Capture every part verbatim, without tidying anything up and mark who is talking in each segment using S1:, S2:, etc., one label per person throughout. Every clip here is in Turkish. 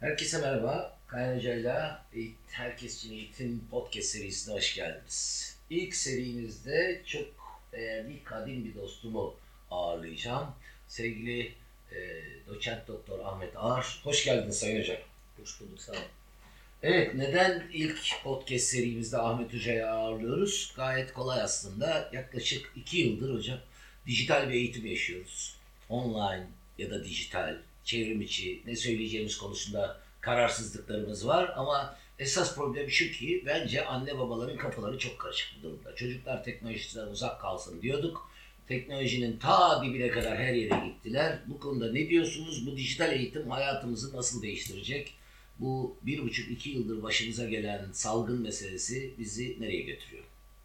S1: Herkese merhaba. Kayhan Hoca'yla Herkes için Eğitim Podcast serisine hoş geldiniz. İlk serimizde çok değerli kadim bir dostumu ağırlayacağım. Sevgili e, Doçent Doktor Ahmet Ağar. Hoş geldiniz Sayın Hocam.
S2: Hoş bulduk, sağ olun.
S1: Evet, neden ilk podcast serimizde Ahmet Hoca'yı ağırlıyoruz? Gayet kolay aslında. Yaklaşık iki yıldır hocam dijital bir eğitim yaşıyoruz. Online ya da dijital, çevrim içi ne söyleyeceğimiz konusunda kararsızlıklarımız var ama esas problem şu ki bence anne babaların kafaları çok karışık bu durumda. Çocuklar teknolojiden uzak kalsın diyorduk. Teknolojinin ta dibine kadar her yere gittiler. Bu konuda ne diyorsunuz? Bu dijital eğitim hayatımızı nasıl değiştirecek? Bu bir buçuk iki yıldır başımıza gelen salgın meselesi bizi nereye götürüyor?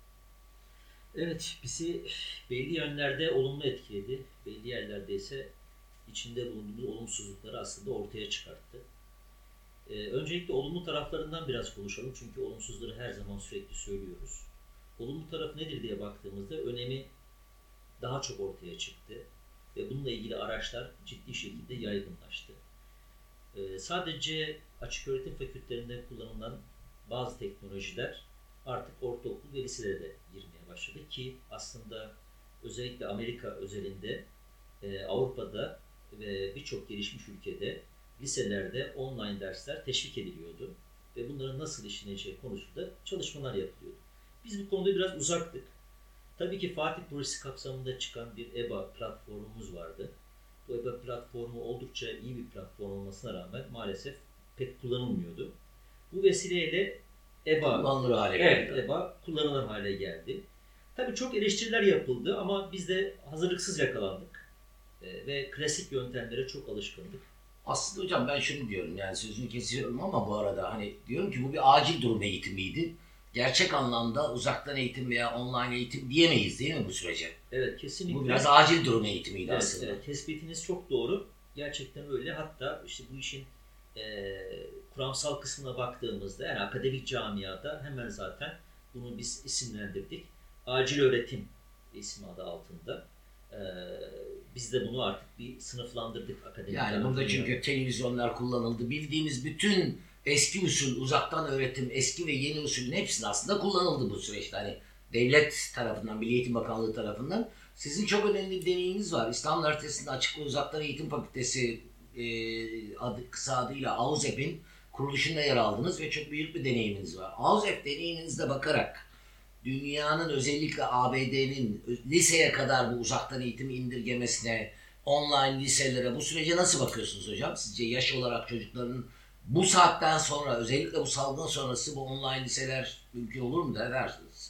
S2: Evet, bizi belli yönlerde olumlu etkiledi. Belli yerlerde ise içinde bulunduğumuz olumsuzlukları aslında ortaya çıkarttı. Ee, öncelikle olumlu taraflarından biraz konuşalım. Çünkü olumsuzları her zaman sürekli söylüyoruz. Olumlu tarafı nedir diye baktığımızda önemi daha çok ortaya çıktı. Ve bununla ilgili araçlar ciddi şekilde yaygınlaştı. Ee, sadece açık öğretim fakültelerinde kullanılan bazı teknolojiler artık ortaokul ve liselere de girmeye başladı ki aslında özellikle Amerika özelinde e, Avrupa'da ve birçok gelişmiş ülkede liselerde online dersler teşvik ediliyordu ve bunların nasıl işleneceği konusunda çalışmalar yapılıyordu. Biz bu konuda biraz uzaktık. Tabii ki Fatih Projesi kapsamında çıkan bir E B A platformumuz vardı. Bu E B A platformu oldukça iyi bir platform olmasına rağmen maalesef pek kullanılmıyordu. Bu vesileyle E B A
S1: kullanılır hale geldi.
S2: Evet, E B A kullanılır hale geldi. Tabii çok eleştiriler yapıldı ama biz de hazırlıksız yakalandık e, ve klasik yöntemlere çok alışkındık.
S1: Aslında hocam ben şunu diyorum, yani sözünü kesiyorum ama bu arada hani diyorum ki bu bir acil durum eğitimiydi. Gerçek anlamda uzaktan eğitim veya online eğitim diyemeyiz değil mi bu sürece?
S2: Evet, kesinlikle.
S1: Bu biraz acil durum eğitimiydi
S2: evet,
S1: aslında.
S2: Evet, tespitiniz çok doğru. Gerçekten öyle. Hatta işte bu işin e, kuramsal kısmına baktığımızda, yani akademik camiada hemen zaten bunu biz isimlendirdik. Acil öğretim ismi adı altında. E, biz de bunu artık bir sınıflandırdık akademik
S1: Yani
S2: camiada.
S1: burada çünkü televizyonlar kullanıldı. Bildiğimiz bütün eski usul uzaktan öğretim, eski ve yeni usulün hepsinin aslında kullanıldı bu süreçte. Hani devlet tarafından, Milli Eğitim Bakanlığı tarafından. Sizin çok önemli bir deneyiminiz var. İstanbul Üniversitesi'nde Açık ve Uzaktan Eğitim Fakültesi e, adı, kısa adıyla A U Z E P'in kuruluşunda yer aldınız ve çok büyük bir deneyiminiz var. A U Z E P deneyiminizde bakarak dünyanın, özellikle A B D'nin liseye kadar bu uzaktan eğitimi indirgemesine, online liselere, bu sürece nasıl bakıyorsunuz hocam? Sizce yaş olarak çocukların bu saatten sonra, özellikle bu salgın sonrası bu online liseler mümkün olur mu, ne dersiniz?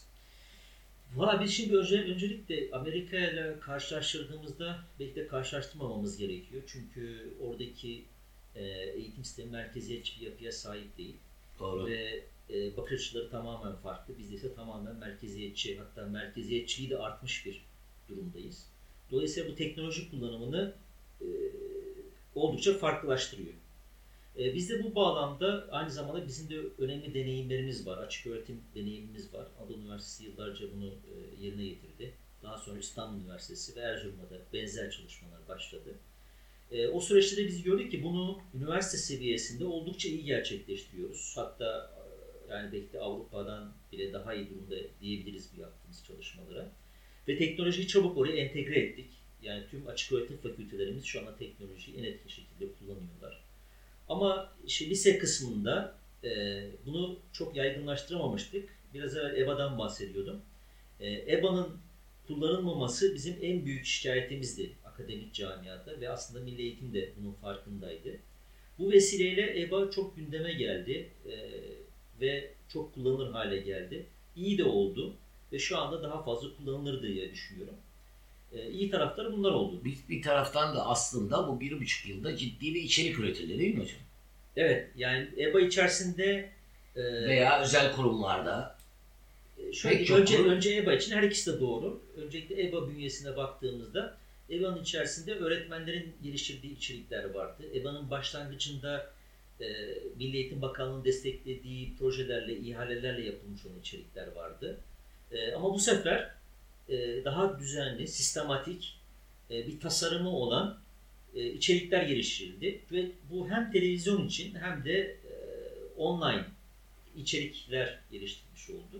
S2: Valla biz şimdi önce, öncelikle Amerika ile karşılaştırdığımızda belki de karşılaştırmamamız gerekiyor. Çünkü oradaki e, eğitim sistemi merkeziyetçi bir yapıya sahip değil.
S1: Doğru.
S2: Ve e, bakış açıları tamamen farklı. Bizde ise tamamen merkeziyetçi, hatta merkeziyetçiliği de artmış bir durumdayız. Dolayısıyla bu teknoloji kullanımını e, oldukça farklılaştırıyor. E, biz de bu bağlamda aynı zamanda bizim de önemli deneyimlerimiz var. Açık öğretim deneyimimiz var. Anadolu Üniversitesi yıllarca bunu e, yerine getirdi. Daha sonra İstanbul Üniversitesi ve Erzurum'da da benzer çalışmalar başladı. E, o süreçte de biz gördük ki bunu üniversite seviyesinde oldukça iyi gerçekleştiriyoruz. Hatta e, yani belki de Avrupa'dan bile daha iyi durumda diyebiliriz bu yaptığımız çalışmalara. Ve teknolojiyi çabuk oraya entegre ettik. Yani tüm açık öğretim fakültelerimiz şu anda teknolojiyi en etkin şekilde kullanıyorlar. Ama işte lise kısmında e, bunu çok yaygınlaştıramamıştık. Biraz evvel E B A'dan bahsediyordum. E, E B A'nın kullanılmaması bizim en büyük şikayetimizdi akademik camiada ve aslında Milli Eğitim de bunun farkındaydı. Bu vesileyle E B A çok gündeme geldi e, ve çok kullanılır hale geldi. İyi de oldu ve şu anda daha fazla kullanılır diye düşünüyorum. E, iyi tarafları bunlar oldu.
S1: Bir, bir taraftan da aslında bu bir buçuk yılda ciddi bir içerik üretildi değil mi hocam?
S2: Evet, yani E B A içerisinde
S1: e, veya özel kurumlarda.
S2: Şöyle, önce, önce E B A için her ikisi de doğru. Öncelikle E B A bünyesine baktığımızda E B A'nın içerisinde öğretmenlerin geliştirdiği içerikler vardı. E B A'nın başlangıcında e, Milli Eğitim Bakanlığı'nın desteklediği projelerle, ihalelerle yapılmış olan içerikler vardı. E, ama bu sefer e, daha düzenli, sistematik e, bir tasarımı olan e, içerikler geliştirildi ve bu hem televizyon için hem de e, online içerikler geliştirilmiş oldu.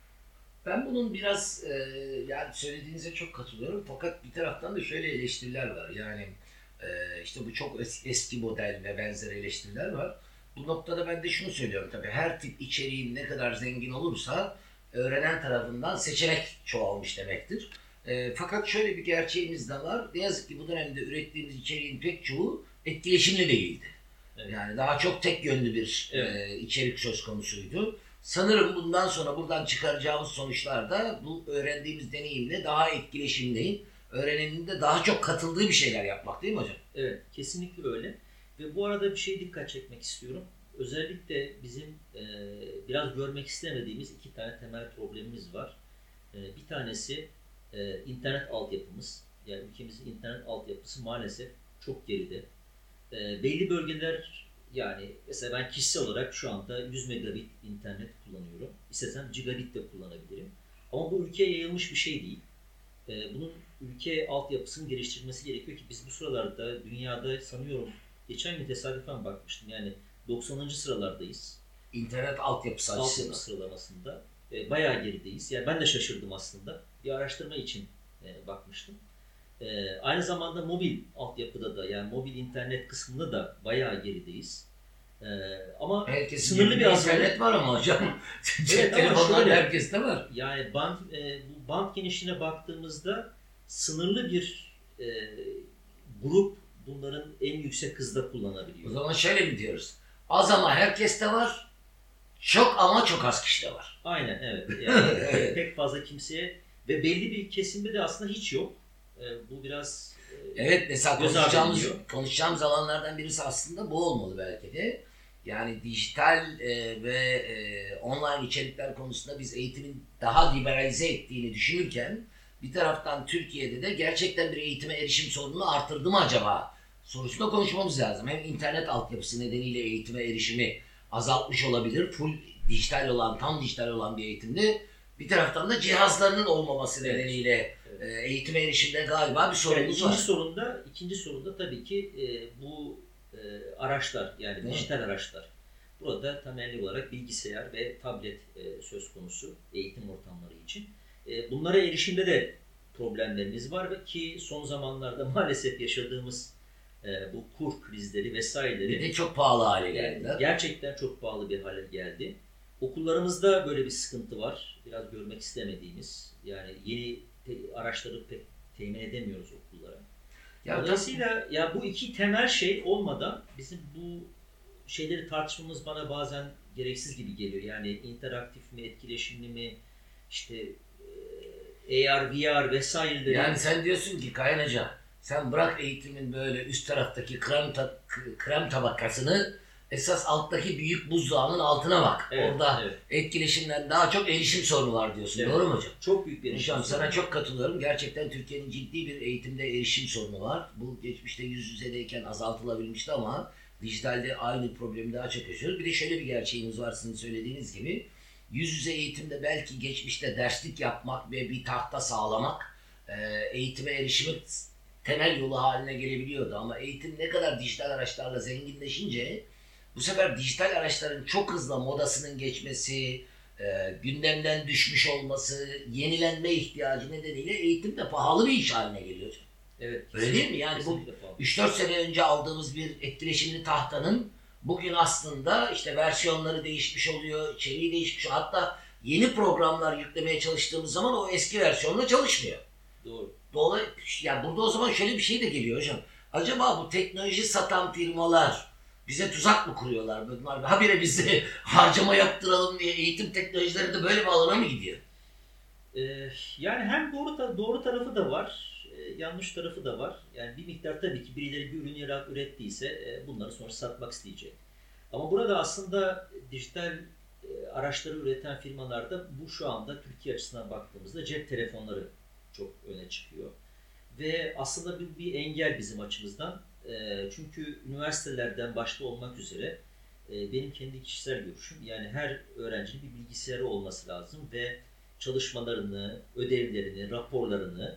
S1: Ben bunun biraz e, yani söylediğinize çok katılıyorum fakat bir taraftan da şöyle eleştiriler var. Yani e, işte bu çok es, eski model ve benzer eleştiriler var. Bu noktada ben de şunu söylüyorum tabii her tip içeriğin ne kadar zengin olursa öğrenen tarafından seçenek çoğalmış demektir. E, fakat şöyle bir gerçeğimiz de var. Ne yazık ki bu dönemde ürettiğimiz içeriğin pek çoğu etkileşimli değildi. Evet. Yani daha çok tek yönlü bir evet. e, içerik söz konusuydu. Sanırım bundan sonra buradan çıkaracağımız sonuçlar da bu öğrendiğimiz deneyimle daha etkileşimli, öğrenenin de daha çok katıldığı bir şeyler yapmak değil mi hocam?
S2: Evet, kesinlikle öyle. Ve bu arada bir şeye dikkat çekmek istiyorum. Özellikle bizim e, biraz görmek istemediğimiz iki tane temel problemimiz var. E, bir tanesi e, internet altyapımız. Yani ülkemizin internet altyapısı maalesef çok geride. E, belli bölgeler, yani mesela ben kişisel olarak şu anda yüz megabit internet kullanıyorum. İstesem gigabit de kullanabilirim. Ama bu ülkeye yayılmış bir şey değil. Ee, bunun ülke altyapısının geliştirilmesi gerekiyor ki biz bu sıralarda dünyada sanıyorum geçen gün tesadüfen bakmıştım. Yani doksanıncı sıralardayız.
S1: İnternet altyapısı açısından.
S2: Altyapı sıralamasında. E, bayağı gerideyiz. Yani ben de şaşırdım aslında. Bir araştırma için e, bakmıştım. E, aynı zamanda mobil altyapıda da yani mobil internet kısmında da bayağı gerideyiz. E, ama
S1: herkesin
S2: sınırlı bir
S1: internet var ama hocam.
S2: Evet,
S1: telefonlar herkeste var.
S2: Yani band, e, bu band genişliğine baktığımızda sınırlı bir e, grup bunların en yüksek hızda kullanabiliyor.
S1: O zaman şöyle mi diyoruz? Az ama herkeste var. Çok ama çok az kişide var.
S2: Aynen evet. Yani evet. Pek fazla kimseye ve belli bir kesimde de aslında hiç yok. E, bu biraz
S1: e, evet mesela konuşacağımız, konuşacağımız alanlardan birisi aslında bu olmalı belki de. Yani dijital e, ve e, online içerikler konusunda biz eğitimin daha liberalize ettiğini düşünürken bir taraftan Türkiye'de de gerçekten bir eğitime erişim sorununu artırdı mı acaba sorusunda konuşmamız lazım. Hem internet altyapısı nedeniyle eğitime erişimi azaltmış olabilir. Full dijital olan, tam dijital olan bir eğitimde bir taraftan da cihazlarının olmaması evet. nedeniyle evet. e, eğitime erişimde galiba bir sorunumuz
S2: yani
S1: var.
S2: İkinci sorunda, ikinci sorunda tabii ki e, bu e, araçlar yani Değil dijital mi? araçlar. Burada temelli olarak bilgisayar ve tablet e, söz konusu eğitim ortamları için. E, bunlara erişimde de problemlerimiz var ve ki son zamanlarda maalesef yaşadığımız e, bu kur krizleri vesaireleri
S1: bir de çok pahalı hale geldi.
S2: E, gerçekten çok pahalı bir hale geldi. Okullarımızda böyle bir sıkıntı var. Biraz görmek istemediğimiz. Yani yeni te- araçları pek temin edemiyoruz okullara. Ya Dolayısıyla ya bu iki temel şey olmadan bizim bu şeyleri tartışmamız bana bazen gereksiz gibi geliyor. Yani interaktif mi, etkileşimli mi, işte e, A R, V R vesaireleri.
S1: Yani sen diyorsun ki Kayan Hoca, sen bırak eğitimin böyle üst taraftaki krem, ta- krem tabakasını, esas alttaki büyük buzdağının altına bak. Evet, Orada evet. etkileşimden daha çok erişim sorunu var diyorsun. Evet. Doğru mu hocam?
S2: Çok büyük bir erişim
S1: Hocam sana çok katılıyorum. Gerçekten Türkiye'nin ciddi bir eğitimde erişim sorunu var. Bu geçmişte yüz yüzedeyken azaltılabilmişti ama dijitalde aynı problemi daha çok yaşıyoruz. Bir de şöyle bir gerçeğimiz var sizin söylediğiniz gibi. Yüz yüze eğitimde belki geçmişte derslik yapmak ve bir tahta sağlamak eğitime erişimin temel yolu haline gelebiliyordu. Ama eğitim ne kadar dijital araçlarla zenginleşince bu sefer dijital araçların çok hızlı modasının geçmesi, gündemden düşmüş olması, yenilenme ihtiyacı nedeniyle eğitim de pahalı bir iş haline geliyor.
S2: Evet.
S1: Öyle değil mi? Yani bu üç dört sene önce aldığımız bir etkileşimli tahtanın bugün aslında işte versiyonları değişmiş oluyor, içeriği değişmiş oluyor. Hatta yeni programlar yüklemeye çalıştığımız zaman o eski versiyonla çalışmıyor.
S2: Doğru.
S1: Dolayısıyla yani burada o zaman şöyle bir şey de geliyor hocam. Acaba bu teknoloji satan firmalar bize tuzak mı kuruyorlar? Bunlar habire bizi harcama yaptıralım diye eğitim teknolojileri de böyle bir alana mı gidiyor?
S2: Ee, yani hem doğru doğru tarafı da var. Yanlış tarafı da var. Yani bir miktar tabii ki birileri bir ürün yarat ürettiyse bunları sonra satmak isteyecek. Ama burada aslında dijital araçları üreten firmalarda bu şu anda Türkiye açısından baktığımızda cep telefonları çok öne çıkıyor. Ve aslında bir, bir engel bizim açımızdan. Çünkü üniversitelerden başta olmak üzere benim kendi kişisel görüşüm yani her öğrencinin bir bilgisayarı olması lazım ve çalışmalarını, ödevlerini, raporlarını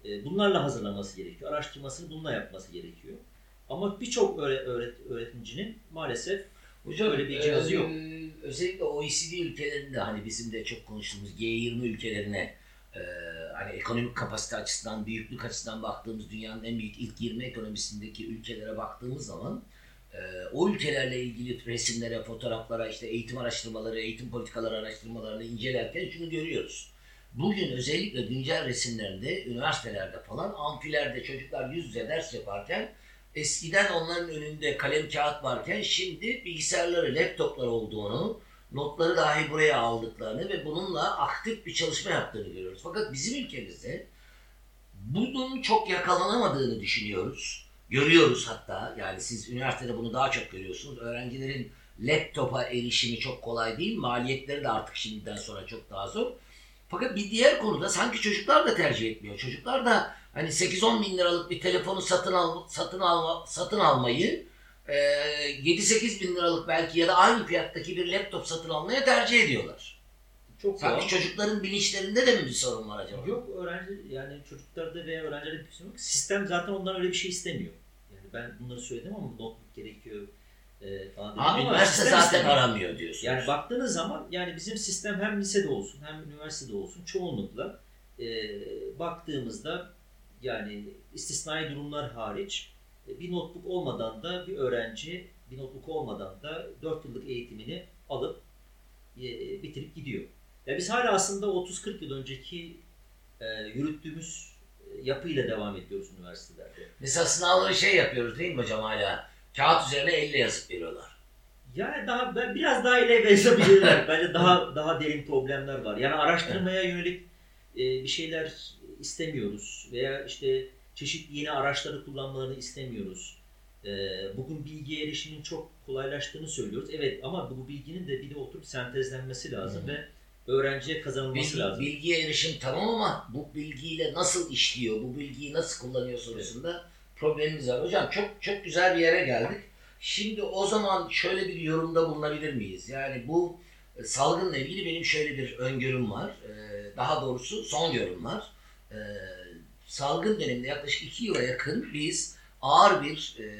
S2: E, bunlarla hazırlaması gerekiyor. Araştırmasını bununla yapması gerekiyor. Ama birçok öğret öğret öğretimcinin maalesef
S1: Hocam,
S2: öyle bir cihazı
S1: e,
S2: yok.
S1: Özellikle O E C D ülkelerinde hani bizim de çok konuştuğumuz G yirmi ülkelerine e, hani ekonomik kapasite açısından, büyüklük açısından baktığımız dünyanın en büyük ilk yirmi ekonomisindeki ülkelere baktığımız zaman e, o ülkelerle ilgili resimlere, fotoğraflara, işte eğitim araştırmaları, eğitim politikaları araştırmalarını incelerken şunu görüyoruz. Bugün özellikle güncel resimlerinde, üniversitelerde falan, amfilerde çocuklar yüz yüze ders yaparken eskiden onların önünde kalem kağıt varken şimdi bilgisayarları, laptoplar olduğunu, notları dahi buraya aldıklarını ve bununla aktif bir çalışma yaptığını görüyoruz. Fakat bizim ülkemizde bunun çok yakalanamadığını düşünüyoruz. Görüyoruz hatta. Yani siz üniversitede bunu daha çok görüyorsunuz. Öğrencilerin laptopa erişimi çok kolay değil. Maliyetleri de artık şimdiden sonra çok daha zor. Fakat bir diğer konuda sanki çocuklar da tercih etmiyor. Çocuklar da hani sekiz on bin liralık bir telefonu satın al, satın alma, satın almayı e, yedi sekiz bin liralık belki ya da aynı fiyattaki bir laptop satın almaya tercih ediyorlar.
S2: Çok
S1: Sanki
S2: doğal.
S1: çocukların bilinçlerinde de mi bir sorun var acaba?
S2: Yok, öğrenci yani çocuklarda veya öğrencilerde bir sorun yok. Sistem zaten ondan öyle bir şey istemiyor. Yani ben bunları söyledim ama notebook gerekiyor e, falan dedim.
S1: Abi üniversite zaten istemiyor. Aramıyor diyorsunuz.
S2: Yani baktığınız zaman yani bizim sistem hem lisede olsun hem üniversitede olsun çoğunlukla e, baktığımızda yani istisnai durumlar hariç e, bir notebook olmadan da bir öğrenci bir notebook olmadan da dört yıllık eğitimini alıp e, bitirip gidiyor. Ya biz hala aslında otuz kırk yıl önceki e, yürüttüğümüz e, yapıyla devam ediyoruz üniversitelerde.
S1: Mesela sınavları şey yapıyoruz değil mi hocam hala? Kağıt üzerine elle yazıp veriyorlar.
S2: Yani daha ben biraz daha ile yazabilirler. Bence daha daha derin problemler var. Yani araştırmaya yönelik e, bir şeyler istemiyoruz veya işte çeşitli yeni araçları kullanmalarını istemiyoruz. E, bugün bilgiye erişimin çok kolaylaştığını söylüyoruz. Evet ama bu bilginin de bir de oturup sentezlenmesi lazım hmm. ve öğrenciye kazanılması
S1: Bilgi,
S2: lazım.
S1: Bilgiye erişim tamam ama bu bilgiyle nasıl işliyor, bu bilgiyi nasıl kullanıyor sorusunda evet. problemimiz var. Hocam çok çok güzel bir yere geldik. Şimdi o zaman şöyle bir yorumda bulunabilir miyiz? Yani bu salgınla ilgili benim şöyle bir öngörüm var. Ee, daha doğrusu son yorum var. Ee, salgın döneminde yaklaşık iki yıla yakın biz ağır bir e,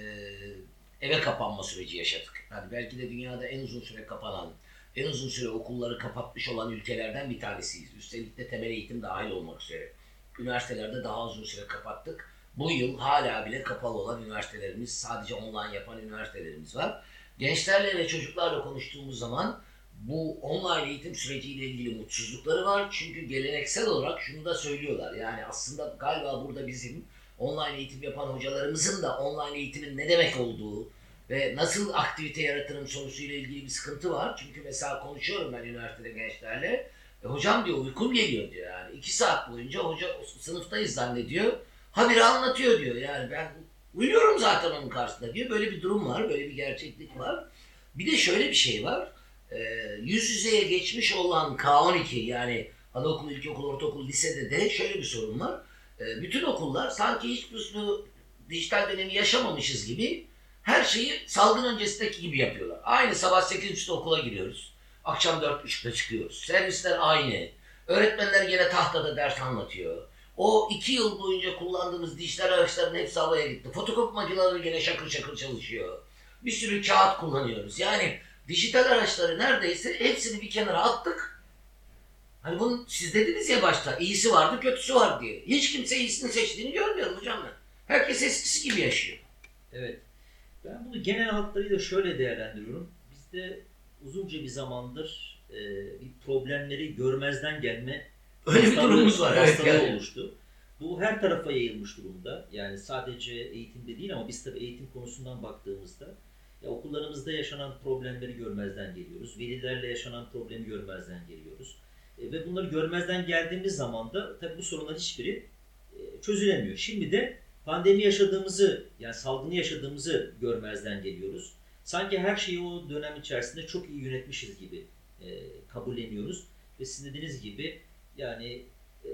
S1: eve kapanma süreci yaşadık. Yani belki de dünyada en uzun süre kapanan, en uzun süre okulları kapatmış olan ülkelerden bir tanesiyiz. Üstelik de temel eğitim dahil olmak üzere. Üniversitelerde daha uzun süre kapattık. Bu yıl hala bile kapalı olan üniversitelerimiz, sadece online yapan üniversitelerimiz var. Gençlerle ve çocuklarla konuştuğumuz zaman bu online eğitim süreciyle ilgili mutsuzlukları var. Çünkü geleneksel olarak şunu da söylüyorlar. Yani aslında galiba burada bizim online eğitim yapan hocalarımızın da online eğitimin ne demek olduğu ve nasıl aktivite yaratırım sorusuyla ilgili bir sıkıntı var. Çünkü mesela konuşuyorum ben üniversitede gençlerle. E, hocam diyor uykum geliyor diyor yani. iki saat boyunca hoca sınıftayız zannediyor. Habire anlatıyor diyor. Yani ben uyuyorum zaten onun karşısında diyor. Böyle bir durum var. Böyle bir gerçeklik var. Bir de şöyle bir şey var. E, yüz yüzeye geçmiş olan K on iki yani anaokul, ilkokul, ortaokul, lisede de şöyle bir sorun var. E, bütün okullar sanki hiçbir dijital dönemi yaşamamışız gibi her şeyi salgın öncesindeki gibi yapıyorlar. Aynı sabah sekiz buçukta okula giriyoruz. Akşam dört buçukta çıkıyoruz. Servisler aynı. Öğretmenler gene tahtada ders anlatıyor. O iki yıl boyunca kullandığımız dijital araçların hepsi havaya gitti. Fotokopi makineleri gene şakır şakır çalışıyor. Bir sürü kağıt kullanıyoruz. Yani dijital araçları neredeyse hepsini bir kenara attık. Hani bunu siz dediniz ya başta, iyisi vardı, kötüsü var diye. Hiç kimse iyisini seçtiğini görmüyorum hocam ben. Herkes eskisi gibi yaşıyor.
S2: Evet. Ben bunu genel hatlarıyla şöyle değerlendiriyorum. Bizde uzunca bir zamandır e, bir problemleri görmezden gelme
S1: öyle bir durumumuz var.
S2: Hastalığı
S1: evet, yani.
S2: oluştu. Bu her tarafa yayılmış durumda. Yani sadece eğitimde değil ama biz tabii eğitim konusundan baktığımızda ya okullarımızda yaşanan problemleri görmezden geliyoruz. Velilerle yaşanan problemi görmezden geliyoruz. E, ve bunları görmezden geldiğimiz zaman da tabii bu sorunların hiçbiri e, çözülemiyor. Şimdi de pandemi yaşadığımızı, yani salgını yaşadığımızı görmezden geliyoruz. Sanki her şeyi o dönem içerisinde çok iyi yönetmişiz gibi e, kabulleniyoruz. Ve sizin dediğiniz gibi yani e,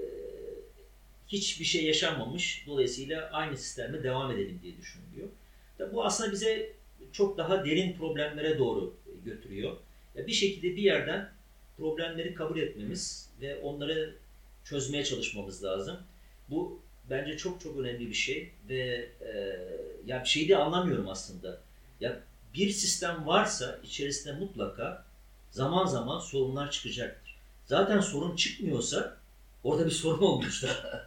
S2: hiçbir şey yaşanmamış, dolayısıyla aynı sistemle devam edelim diye düşünülüyor. Tabii bu aslında bize çok daha derin problemlere doğru götürüyor. Ya bir şekilde bir yerden problemleri kabul etmemiz ve onları çözmeye çalışmamız lazım. Bu bence çok çok önemli bir şey ve e, ya bir şeyi de anlamıyorum aslında. Ya bir sistem varsa içerisinde mutlaka zaman zaman sorunlar çıkacaktır. Zaten sorun çıkmıyorsa orada bir sorun olmuştur.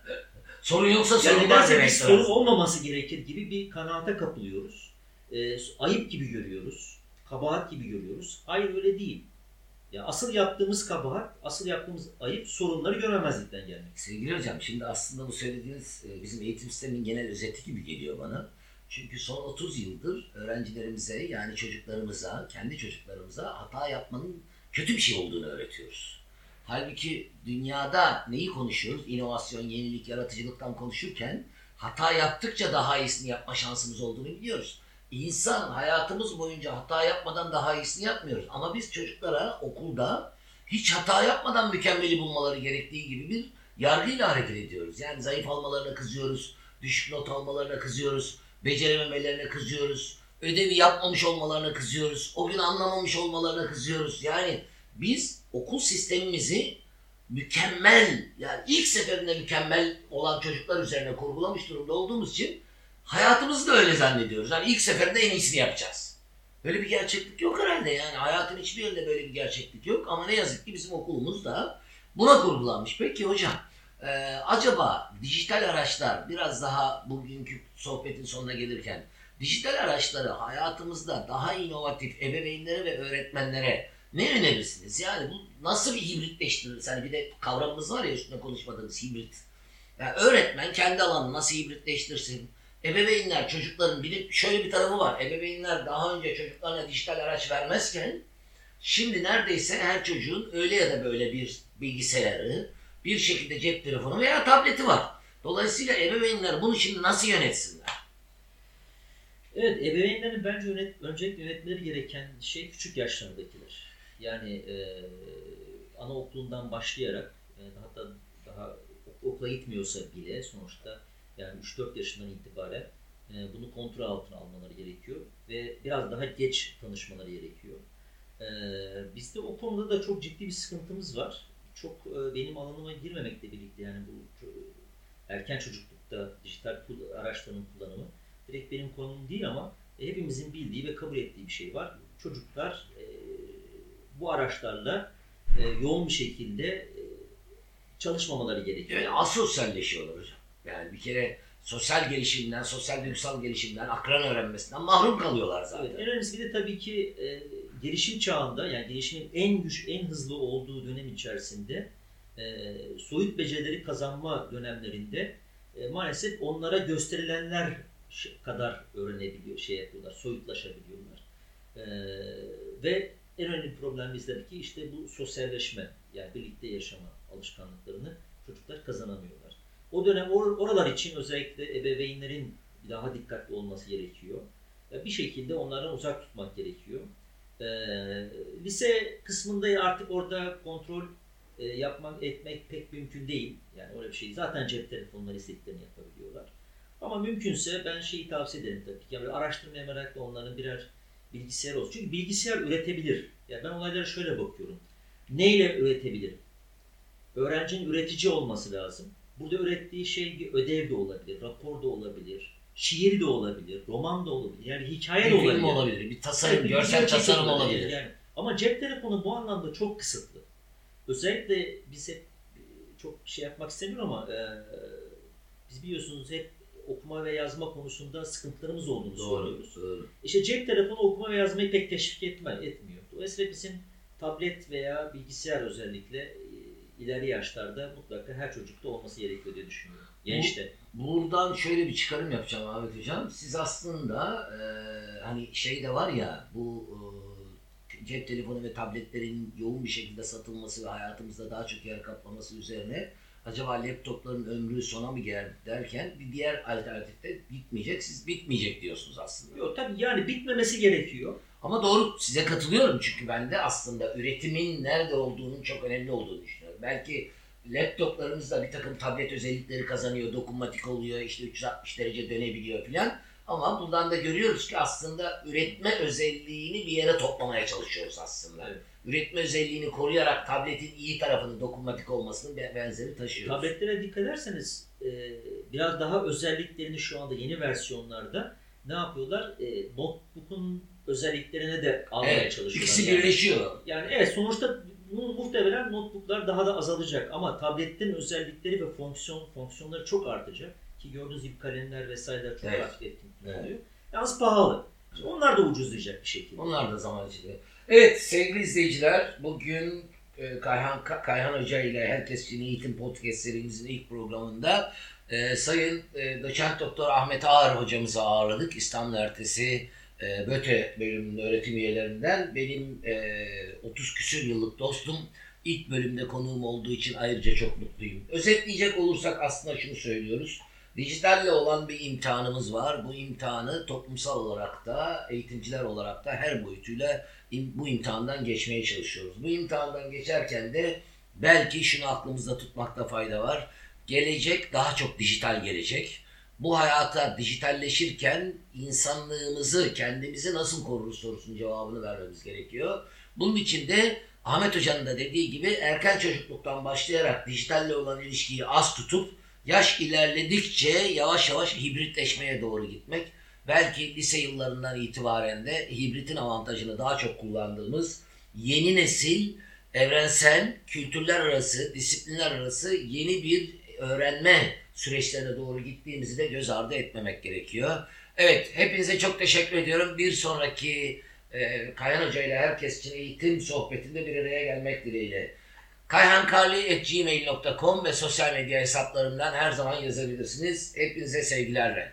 S1: Sorun yoksa sorun
S2: Yani
S1: var
S2: nedense bir
S1: demek
S2: sorun
S1: lazım.
S2: olmaması gerekir gibi bir kanaate kapılıyoruz. E, ayıp gibi görüyoruz. Kabahat gibi görüyoruz. Hayır öyle değil. Ya asıl yaptığımız kabahat, asıl yaptığımız ayıp sorunları göremezlikten gelmek.
S1: Sevgili hocam, şimdi aslında bu söylediğiniz e, bizim eğitim sisteminin genel özeti gibi geliyor bana. Çünkü son otuz yıldır öğrencilerimize, yani çocuklarımıza, kendi çocuklarımıza hata yapmanın kötü bir şey olduğunu öğretiyoruz. Halbuki dünyada neyi konuşuyoruz? İnovasyon, yenilik, yaratıcılıktan konuşurken hata yaptıkça daha iyisini yapma şansımız olduğunu biliyoruz. İnsan hayatımız boyunca hata yapmadan daha iyisini yapmıyoruz. Ama biz çocuklara okulda hiç hata yapmadan mükemmeli bulmaları gerektiği gibi bir yargıyla hareket ediyoruz. Yani zayıf almalarına kızıyoruz, düşük not almalarına kızıyoruz, becerememelerine kızıyoruz, ödevi yapmamış olmalarına kızıyoruz, o gün anlamamış olmalarına kızıyoruz. Yani biz okul sistemimizi mükemmel, yani ilk seferinde mükemmel olan çocuklar üzerine kurgulamış durumda olduğumuz için hayatımızı da öyle zannediyoruz. Yani ilk seferinde en iyisini yapacağız. Böyle bir gerçeklik yok herhalde yani. Hayatın hiçbir yerinde böyle bir gerçeklik yok. Ama ne yazık ki bizim okulumuz da buna kurgulanmış. Peki hocam, e, acaba dijital araçlar, biraz daha bugünkü sohbetin sonuna gelirken, dijital araçları hayatımızda daha inovatif ebeveynlere ve öğretmenlere ne önerirsiniz? Yani bu nasıl bir hibritleştirir? Yani bir de kavramımız var ya üstüne konuşmadığımız hibrit. Yani öğretmen kendi alanını nasıl hibritleştirsin? Ebeveynler çocukların, bir de şöyle bir tarafı var. Ebeveynler daha önce çocuklarına dijital araç vermezken şimdi neredeyse her çocuğun öyle ya da böyle bir bilgisayarı, bir şekilde cep telefonu veya tableti var. Dolayısıyla ebeveynler bunu şimdi nasıl yönetsinler?
S2: Evet, ebeveynlerin bence yönet, öncelikle yönetmeleri gereken şey küçük yaşlardakiler. Yani e, anaokulundan başlayarak, e, hatta daha okula gitmiyorsa bile sonuçta yani üç dört yaşından itibaren e, bunu kontrol altına almaları gerekiyor ve biraz daha geç tanışmaları gerekiyor. E, bizde o konuda da çok ciddi bir sıkıntımız var. Çok e, benim alanıma girmemekle birlikte yani bu erken çocuklukta dijital araçların kullanımı direkt benim konum değil ama e, hepimizin bildiği ve kabul ettiği bir şey var. Çocuklar e, bu araçlarla e, yoğun bir şekilde e, çalışmamaları gerekiyor.
S1: Yani asosyalleşiyorlar hocam. Yani bir kere sosyal gelişimden, sosyal duygusal gelişimden, akran öğrenmesinden mahrum kalıyorlar zaten.
S2: Evet, en önemlisi bir de tabii ki e, gelişim çağında, yani gelişimin en güç, en hızlı olduğu dönem içerisinde e, soyut becerileri kazanma dönemlerinde e, maalesef onlara gösterilenler kadar öğrenebiliyor, şey yapıyorlar, soyutlaşabiliyorlar. E, ve en önemli problem bizdeki işte bu sosyalleşme, yani birlikte yaşama alışkanlıklarını çocuklar kazanamıyorlar. O dönem or- oralar için özellikle ebeveynlerin daha dikkatli olması gerekiyor. Bir şekilde onlardan uzak tutmak gerekiyor. Ee, lise kısmında artık orada kontrol e, yapmak, etmek pek mümkün değil. Yani öyle bir şey. Zaten cep telefonları istediklerini yapabiliyorlar. Ama mümkünse ben şeyi tavsiye ederim tabii ki. Yani araştırmaya meraklı onların birer bilgisayar olsun. Çünkü bilgisayar üretebilir. Yani ben olaylara şöyle bakıyorum. Neyle üretebilir? Öğrencinin üretici olması lazım. Burada ürettiği şey bir ödev de olabilir, rapor da olabilir, şiir de olabilir, roman da olabilir, yani hikaye
S1: bir
S2: de olabilir.
S1: film olabilir, bir tasarım,
S2: evet, bir
S1: görsel tasarım olabilir. olabilir.
S2: Yani. Ama cep telefonu bu anlamda çok kısıtlı. Özellikle biz hep çok şey yapmak istemiyorum ama e, biz biliyorsunuz hep okuma ve yazma konusunda sıkıntılarımız olduğunu
S1: doğru,
S2: söylüyoruz.
S1: Doğru.
S2: İşte cep telefonu okuma ve yazmayı pek teşvik etme, etmiyor. Dolayısıyla bizim tablet veya bilgisayar özellikle ileri yaşlarda mutlaka her çocukta olması gerekiyor diye düşünüyorum. Gençte.
S1: Bu, buradan şöyle bir çıkarım yapacağım Ahmet Hocam. Siz aslında e, hani şey de var ya bu e, cep telefonu ve tabletlerin yoğun bir şekilde satılması ve hayatımızda daha çok yer kaplaması üzerine acaba laptopların ömrü sona mı geldi derken bir diğer alternatif de bitmeyecek. Siz bitmeyecek diyorsunuz aslında.
S2: Yok tabii yani bitmemesi gerekiyor.
S1: Ama doğru, size katılıyorum çünkü ben de aslında üretimin nerede olduğunun çok önemli olduğunu düşünüyorum. Belki laptoplarımızda bir takım tablet özellikleri kazanıyor, dokunmatik oluyor, işte üç yüz altmış derece dönebiliyor filan. Ama buradan da görüyoruz ki aslında üretme özelliğini bir yere toplamaya çalışıyoruz aslında.
S2: Evet.
S1: Üretme özelliğini koruyarak tabletin iyi tarafının dokunmatik olmasının benzeri taşıyoruz.
S2: Tabletlere dikkat ederseniz e, biraz daha özelliklerini şu anda yeni versiyonlarda ne yapıyorlar? E, notebook'un özelliklerine de almaya
S1: Evet,
S2: çalışıyorlar.
S1: ikisi
S2: yani,
S1: birleşiyor.
S2: Yani evet, sonuçta bu muhtemelen notebooklar daha da azalacak ama tabletin özellikleri ve fonksiyon fonksiyonları çok artacak ki gördüğünüz gibi kalemler vesaireler çok
S1: Evet.
S2: aktif etkin oluyor.
S1: Evet.
S2: Yalnız pahalı. Onlar da ucuzlayacak bir şekilde.
S1: Onlar da zaman içinde. Evet sevgili izleyiciler, bugün e, Kayhan Kayhan Hoca ile Herkes için Eğitim Podcast serimizin ilk programında e, Sayın e, Doçent Doktor Ahmet Ağar hocamızı ağırladık. İstanbul Ertesi e, BÖTE bölümünün öğretim üyelerinden. Benim e, otuz küsür yıllık dostum. İlk bölümde konuğum olduğu için ayrıca çok mutluyum. Özetleyecek olursak aslında şunu söylüyoruz. Dijitalle olan bir imtihanımız var. Bu imtihanı toplumsal olarak da, eğitimciler olarak da her boyutuyla bu imtihandan geçmeye çalışıyoruz. Bu imtihandan geçerken de belki şunu aklımızda tutmakta fayda var. Gelecek daha çok dijital gelecek. Bu hayata dijitalleşirken insanlığımızı, kendimizi nasıl koruruz sorusunun cevabını vermemiz gerekiyor. Bunun için de Ahmet Hoca'nın da dediği gibi erken çocukluktan başlayarak dijitalle olan ilişkiyi az tutup yaş ilerledikçe yavaş yavaş hibritleşmeye doğru gitmek. Belki lise yıllarından itibaren de hibritin avantajını daha çok kullandığımız yeni nesil, evrensel, kültürler arası, disiplinler arası yeni bir öğrenme süreçlerine doğru gittiğimizi de göz ardı etmemek gerekiyor. Evet, hepinize çok teşekkür ediyorum. Bir sonraki e, Kayhan Hoca ile Herkes için Eğitim sohbetinde bir araya gelmek dileğiyle. kayhankarli at gmail nokta com ve sosyal medya hesaplarımdan her zaman yazabilirsiniz. Hepinize sevgilerle.